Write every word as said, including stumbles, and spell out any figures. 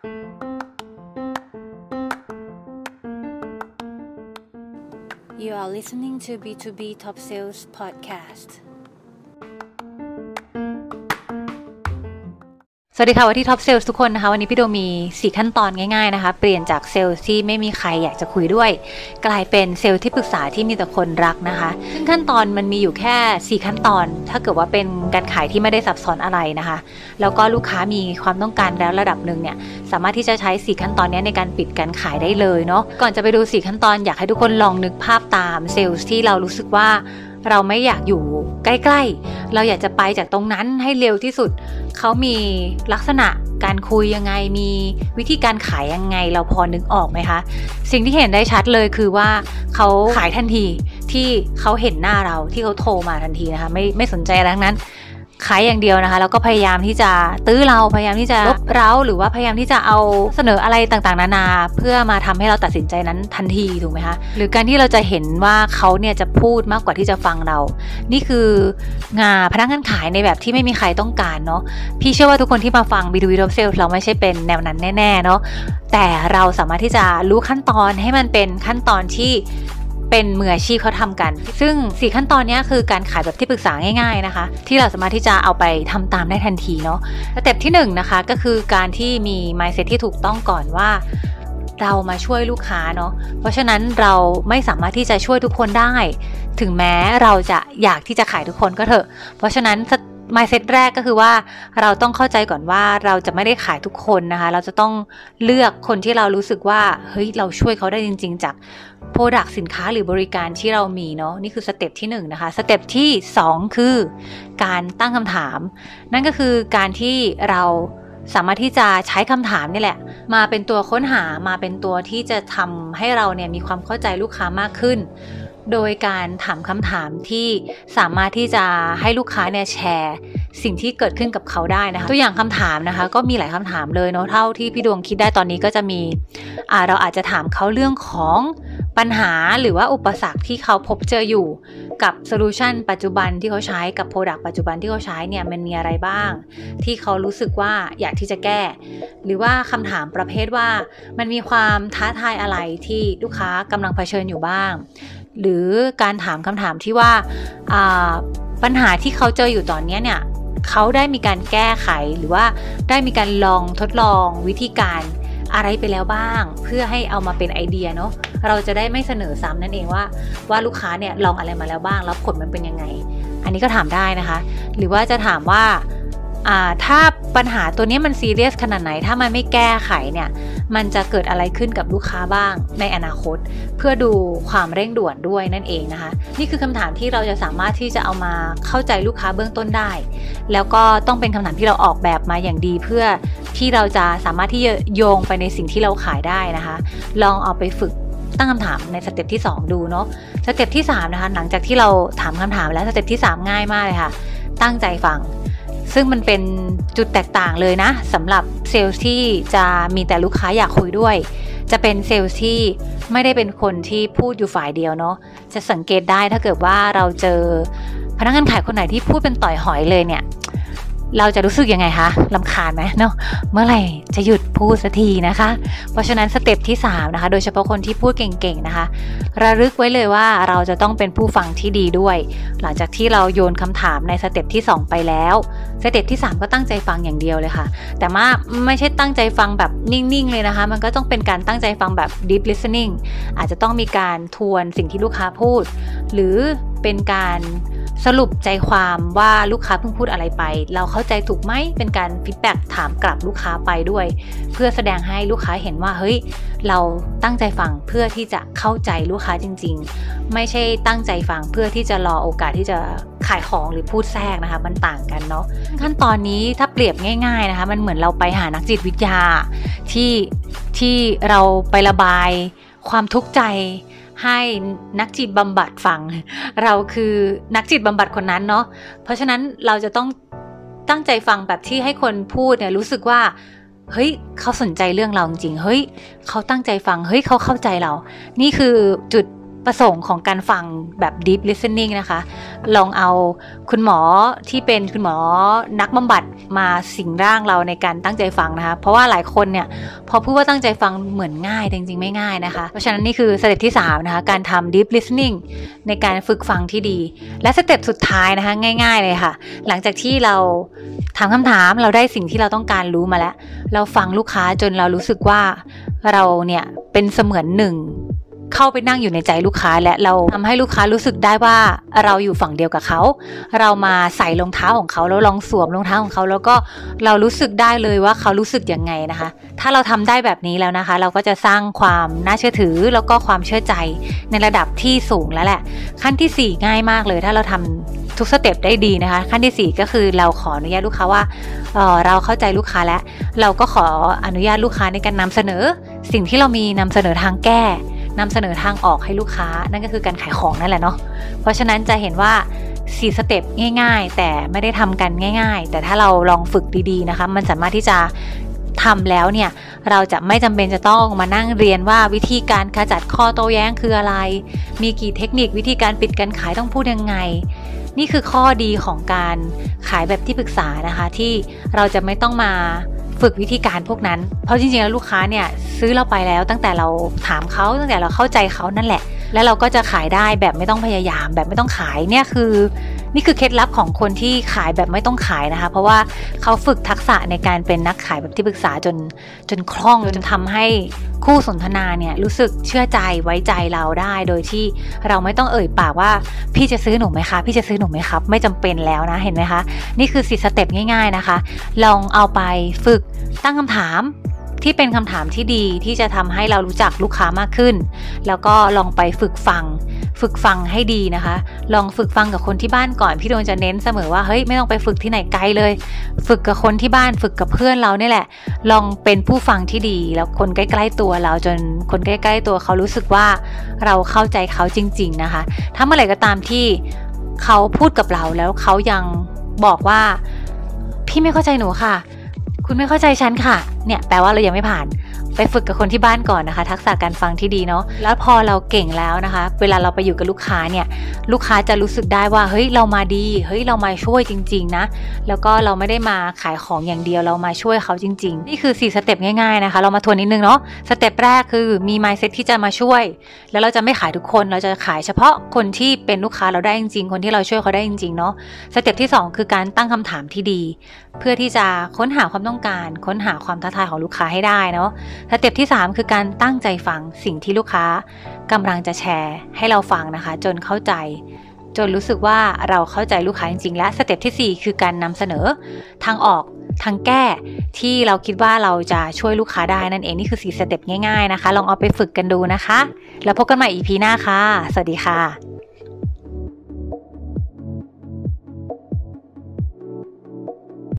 You are listening to บี ทู บี Top Sales Podcast สวัสดีค่ะวันที่ Top Sales ทุกคนนะคะวันนี้พี่โดมีสี่ขั้นตอนง่ายๆนะคะเปลี่ยนจากเซลล์ที่ไม่มีใครอยากจะคุยด้วยกลายเป็นเซลล์ที่ปรึกษาที่มีแต่คนรักนะคะซึ่งขั้นตอนมันมีอยู่แค่สี่ขั้นตอนถ้าเกิดว่าเป็นการขายที่ไม่ได้ซับซ้อนอะไรนะคะแล้วก็ลูกค้ามีความต้องการแล้วระดับหนึ่งเนี่ยสามารถที่จะใช้สี่ขั้นตอนนี้ในการปิดการขายได้เลยเนาะก่อนจะไปดูสี่ขั้นตอนอยากให้ทุกคนลองนึกภาพตามเซลล์ที่เรารู้สึกว่าเราไม่อยากอยู่ใกล้ๆเราอยากจะไปจากตรงนั้นให้เร็วที่สุดเขามีลักษณะการคุยยังไงมีวิธีการขายยังไงเราพอนึกออกไหมคะสิ่งที่เห็นได้ชัดเลยคือว่าเขาขายทันทีที่เขาเห็นหน้าเราที่เขาโทรมาทันทีนะคะไม่ไม่สนใจอะไรทั้งนั้นขายอย่างเดียวนะคะแล้วก็พยายามที่จะตื้อเราพยายามที่จะลบเร้าหรือว่าพยายามที่จะเอาเสนออะไรต่างๆนานาเพื่อมาทำให้เราตัดสินใจนั้นทันทีถูกไหมคะหรือการที่เราจะเห็นว่าเขาเนี่ยจะพูดมากกว่าที่จะฟังเรานี่คืองานพนักงานขายในแบบที่ไม่มีใครต้องการเนาะพี่เชื่อว่าทุกคนที่มาฟัง บี ทู บี Top Sales เราไม่ใช่เป็นแนวนั้นแน่ๆเนาะแต่เราสามารถที่จะรู้ขั้นตอนให้มันเป็นขั้นตอนที่เป็นมืออาชีพเขาทำกันซึ่งสี่ขั้นตอนนี้คือการขายแบบที่ปรึกษาง่ายๆนะคะที่เราสามารถที่จะเอาไปทำตามได้ทันทีเนาะสเต็ปที่หนึ่งนะคะก็คือการที่มี mindset ที่ถูกต้องก่อนว่าเรามาช่วยลูกค้าเนาะเพราะฉะนั้นเราไม่สามารถที่จะช่วยทุกคนได้ถึงแม้เราจะอยากที่จะขายทุกคนก็เถอะเพราะฉะนั้นmindset แรกก็คือว่าเราต้องเข้าใจก่อนว่าเราจะไม่ได้ขายทุกคนนะคะเราจะต้องเลือกคนที่เรารู้สึกว่าเฮ้ยเราช่วยเขาได้จริงๆจาก product สินค้าหรือบริการที่เรามีเนาะนี่คือสเต็ปที่หนึ่งนะคะสเต็ปที่สองคือการตั้งคำถามนั่นก็คือการที่เราสามารถที่จะใช้คำถามนี่แหละมาเป็นตัวค้นหามาเป็นตัวที่จะทำให้เราเนี่ยมีความเข้าใจลูกค้ามากขึ้นโดยการถามคำถามที่สามารถที่จะให้ลูกค้าเนี่ยแชร์สิ่งที่เกิดขึ้นกับเขาได้นะคะตัวอย่างคำถามนะคะก็มีหลายคำถามเลยเนาะเท่าที่พี่ดวงคิดได้ตอนนี้ก็จะมีอ่าเราอาจจะถามเขาเรื่องของปัญหาหรือว่าอุปสรรคที่เขาพบเจออยู่กับโซลูชันปัจจุบันที่เขาใช้กับโปรดักต์ปัจจุบันที่เขาใช้เนี่ยมันมีอะไรบ้างที่เขารู้สึกว่าอยากที่จะแก้หรือว่าคำถามประเภทว่ามันมีความท้าทายอะไรที่ลูกค้ากำลังเผชิญอยู่บ้างหรือการถามคำถามที่ว่าปัญหาที่เขาเจออยู่ตอนนี้เนี่ยเขาได้มีการแก้ไขหรือว่าได้มีการลองทดลองวิธีการอะไรไปแล้วบ้างเพื่อให้เอามาเป็นไอเดียเนาะเราจะได้ไม่เสนอซ้ำนั่นเองว่าว่าลูกค้าเนี่ยลองอะไรมาแล้วบ้างแล้วผลมันเป็นยังไงอันนี้ก็ถามได้นะคะหรือว่าจะถามว่าอ่าถ้าปัญหาตัวนี้มันซีเรียสขนาดไหนถ้ามันไม่แก้ไขเนี่ยมันจะเกิดอะไรขึ้นกับลูกค้าบ้างในอนาคตเพื่อดูความเร่งด่วนด้วยนั่นเองนะคะนี่คือคำถามที่เราจะสามารถที่จะเอามาเข้าใจลูกค้าเบื้องต้นได้แล้วก็ต้องเป็นคำถามที่เราออกแบบมาอย่างดีเพื่อที่เราจะสามารถที่จะโยงไปในสิ่งที่เราขายได้นะคะลองเอาไปฝึกตั้งคำถามในสเต็ปที่สองดูเนาะสเต็ปที่สามนะคะหลังจากที่เราถามคำถามแล้วสเต็ปที่สามง่ายมากเลยค่ะตั้งใจฟังซึ่งมันเป็นจุดแตกต่างเลยนะสำหรับเซลล์ที่จะมีแต่ลูกค้าอยากคุยด้วยจะเป็นเซลล์ที่ไม่ได้เป็นคนที่พูดอยู่ฝ่ายเดียวเนาะจะสังเกตได้ถ้าเกิดว่าเราเจอพนักงานขายคนไหนที่พูดเป็นต่อยหอยเลยเนี่ยเราจะรู้สึกยังไงคะรำคาญไหมเนาะเมื่อไหร่จะหยุดพูดสักทีนะคะเพราะฉะนั้นสเต็ปที่สามนะคะโดยเฉพาะคนที่พูดเก่งๆนะคะระลึกไว้เลยว่าเราจะต้องเป็นผู้ฟังที่ดีด้วยหลังจากที่เราโยนคำถามในสเต็ปที่สองไปแล้วสเต็ปที่สามก็ตั้งใจฟังอย่างเดียวเลยค่ะแต่ว่าไม่ใช่ตั้งใจฟังแบบนิ่งๆเลยนะคะมันก็ต้องเป็นการตั้งใจฟังแบบ deep listening อาจจะต้องมีการทวนสิ่งที่ลูกค้าพูดหรือเป็นการสรุปใจความว่าลูกค้าเพิ่งพูดอะไรไปเราเข้าใจถูกไหมเป็นการฟีดแบ็กถามกลับลูกค้าไปด้วยเพื่อแสดงให้ลูกค้าเห็นว่าเฮ้ยเราตั้งใจฟังเพื่อที่จะเข้าใจลูกค้าจริงๆไม่ใช่ตั้งใจฟังเพื่อที่จะรอโอกาสที่จะขายของหรือพูดแทรกนะคะมันต่างกันเนาะขั้นตอนนี้ถ้าเปรียบง่ายๆนะคะมันเหมือนเราไปหานักจิตวิทยาที่ที่เราไประบายความทุกข์ใจให้นักจิตบำบัดฟังเราคือนักจิตบำบัดคนนั้นเนาะเพราะฉะนั้นเราจะต้องตั้งใจฟังแบบที่ให้คนพูดเนี่ยรู้สึกว่าเฮ้ยเขาสนใจเรื่องเราจริงๆเฮ้ยเขาตั้งใจฟังเฮ้ยเขาเข้าใจเรานี่คือจุดประสงค์ของการฟังแบบ deep listening นะคะลองเอาคุณหมอที่เป็นคุณหมอนักบำบัดมาสิงร่างเราในการตั้งใจฟังนะคะเพราะว่าหลายคนเนี่ยพอพูดว่าตั้งใจฟังเหมือนง่ายแต่จริงๆไม่ง่ายนะคะเพราะฉะนั้นนี่คือสเต็ปที่สามนะคะการทำ deep listening ในการฝึกฟังที่ดีและสเต็ปสุดท้ายนะคะง่ายๆเลยค่ะหลังจากที่เราถามคำถามเราได้สิ่งที่เราต้องการรู้มาแล้วเราฟังลูกค้าจนเรารู้สึกว่าเราเนี่ยเป็นเสมือนหนึ่งเข้าไปนั่งอยู่ในใจลูกค้าและเราทำให้ลูกค้ารู้สึกได้ว่าเราอยู่ฝั่งเดียวกับเขาเรามาใส่รองเท้าของเขาแล้วลองสวมรองเท้าของเขาแล้วก็เรารู้สึกได้เลยว่าเขารู้สึกยังไงนะคะถ้าเราทำได้แบบนี้แล้วนะคะเราก็จะสร้างความน่าเชื่อถือแล้วก็ความเชื่อใจในระดับที่สูงแล้วแหละขั้นที่สี่ง่ายมากเลยถ้าเราทำทุกสเต็ปได้ดีนะคะขั้นที่สี่ก็คือเราขออนุญาตลูกค้าว่าเอ่อเราเข้าใจลูกค้าแล้วเราก็ขออนุญาตลูกค้าในการนำเสนอสิ่งที่เรามีนำเสนอทางแก้นำเสนอทางออกให้ลูกค้านั่นก็คือการขายของนั่นแหละเนาะเพราะฉะนั้นจะเห็นว่าสี่สเต็ปง่ายๆแต่ไม่ได้ทำกันง่ายๆแต่ถ้าเราลองฝึกดีๆนะคะมันสามารถที่จะทำแล้วเนี่ยเราจะไม่จำเป็นจะต้องมานั่งเรียนว่าวิธีการขจัดข้อโต้แย้งคืออะไรมีกี่เทคนิควิธีการปิดการขายต้องพูดยังไงนี่คือข้อดีของการขายแบบที่ปรึกษานะคะที่เราจะไม่ต้องมาฝึกวิธีการพวกนั้นเพราะจริงๆแล้วลูกค้าเนี่ยซื้อเราไปแล้วตั้งแต่เราถามเขาตั้งแต่เราเข้าใจเขานั่นแหละแล้วเราก็จะขายได้แบบไม่ต้องพยายามแบบไม่ต้องขายเนี่ยคือนี่คือเคล็ดลับของคนที่ขายแบบไม่ต้องขายนะคะเพราะว่าเขาฝึกทักษะในการเป็นนักขายแบบที่ปรึกษาจนจนคล่องจนทำให้คู่สนทนาเนี่ยรู้สึกเชื่อใจไว้ใจเราได้โดยที่เราไม่ต้องเอ่ยปากว่าพี่จะซื้อหนูไหมคะพี่จะซื้อหนูไหมครับไม่จำเป็นแล้วนะเห็นไหมคะนี่คือสี่สเต็ปง่ายๆนะคะลองเอาไปฝึกตั้งคำถามที่เป็นคำถามที่ดีที่จะทำให้เรารู้จักลูกค้ามากขึ้นแล้วก็ลองไปฝึกฟังฝึกฟังให้ดีนะคะลองฝึกฟังกับคนที่บ้านก่อนพี่ดวงจะเน้นเสมอว่าเฮ้ยไม่ต้องไปฝึกที่ไหนไกลเลยฝึกกับคนที่บ้านฝึกกับเพื่อนเราเนี่ยแหละลองเป็นผู้ฟังที่ดีแล้วคนใกล้ๆตัวเราจนคนใกล้ๆตัวเขารู้สึกว่าเราเข้าใจเขาจริงๆนะคะถ้าเมื่อไหร่ก็ตามที่เขาพูดกับเราแล้วเขายังบอกว่าพี่ไม่เข้าใจหนูค่ะคุณไม่เข้าใจฉันค่ะเนี่ยแปลว่าเรายังไม่ผ่านไปฝึกกับคนที่บ้านก่อนนะคะทักษะการฟังที่ดีเนาะแล้วพอเราเก่งแล้วนะคะเวลาเราไปอยู่กับลูกค้าเนี่ยลูกค้าจะรู้สึกได้ว่าเฮ้ยเรามาดีเฮ้ยเรามาช่วยจริงๆนะแล้วก็เราไม่ได้มาขายของอย่างเดียวเรามาช่วยเขาจริงๆนี่คือสี่สเต็ปง่ายๆนะคะเรามาทวนนิดนึงเนาะสเต็ปแรกคือมี mindset ที่จะมาช่วยแล้วเราจะไม่ขายทุกคนเราจะขายเฉพาะคนที่เป็นลูกค้าเราได้จริงๆคนที่เราช่วยเขาได้จริงๆเนาะสเต็ปที่สองคือการตั้งคำถามที่ดีเพื่อที่จะค้นหาความต้องการค้นหาความท้าทายของลูกค้าให้ได้เนาะสเต็ปที่สามคือการตั้งใจฟังสิ่งที่ลูกค้ากำลังจะแชร์ให้เราฟังนะคะจนเข้าใจจนรู้สึกว่าเราเข้าใจลูกค้าจริงๆและสเต็ปที่สี่คือการนำเสนอทางออกทางแก้ที่เราคิดว่าเราจะช่วยลูกค้าได้นั่นเองนี่คือสี่สเต็ปง่ายๆนะคะลองเอาไปฝึกกันดูนะคะแล้วพบกันใหม่ อี พี หน้าค่ะสวัสดีค่ะ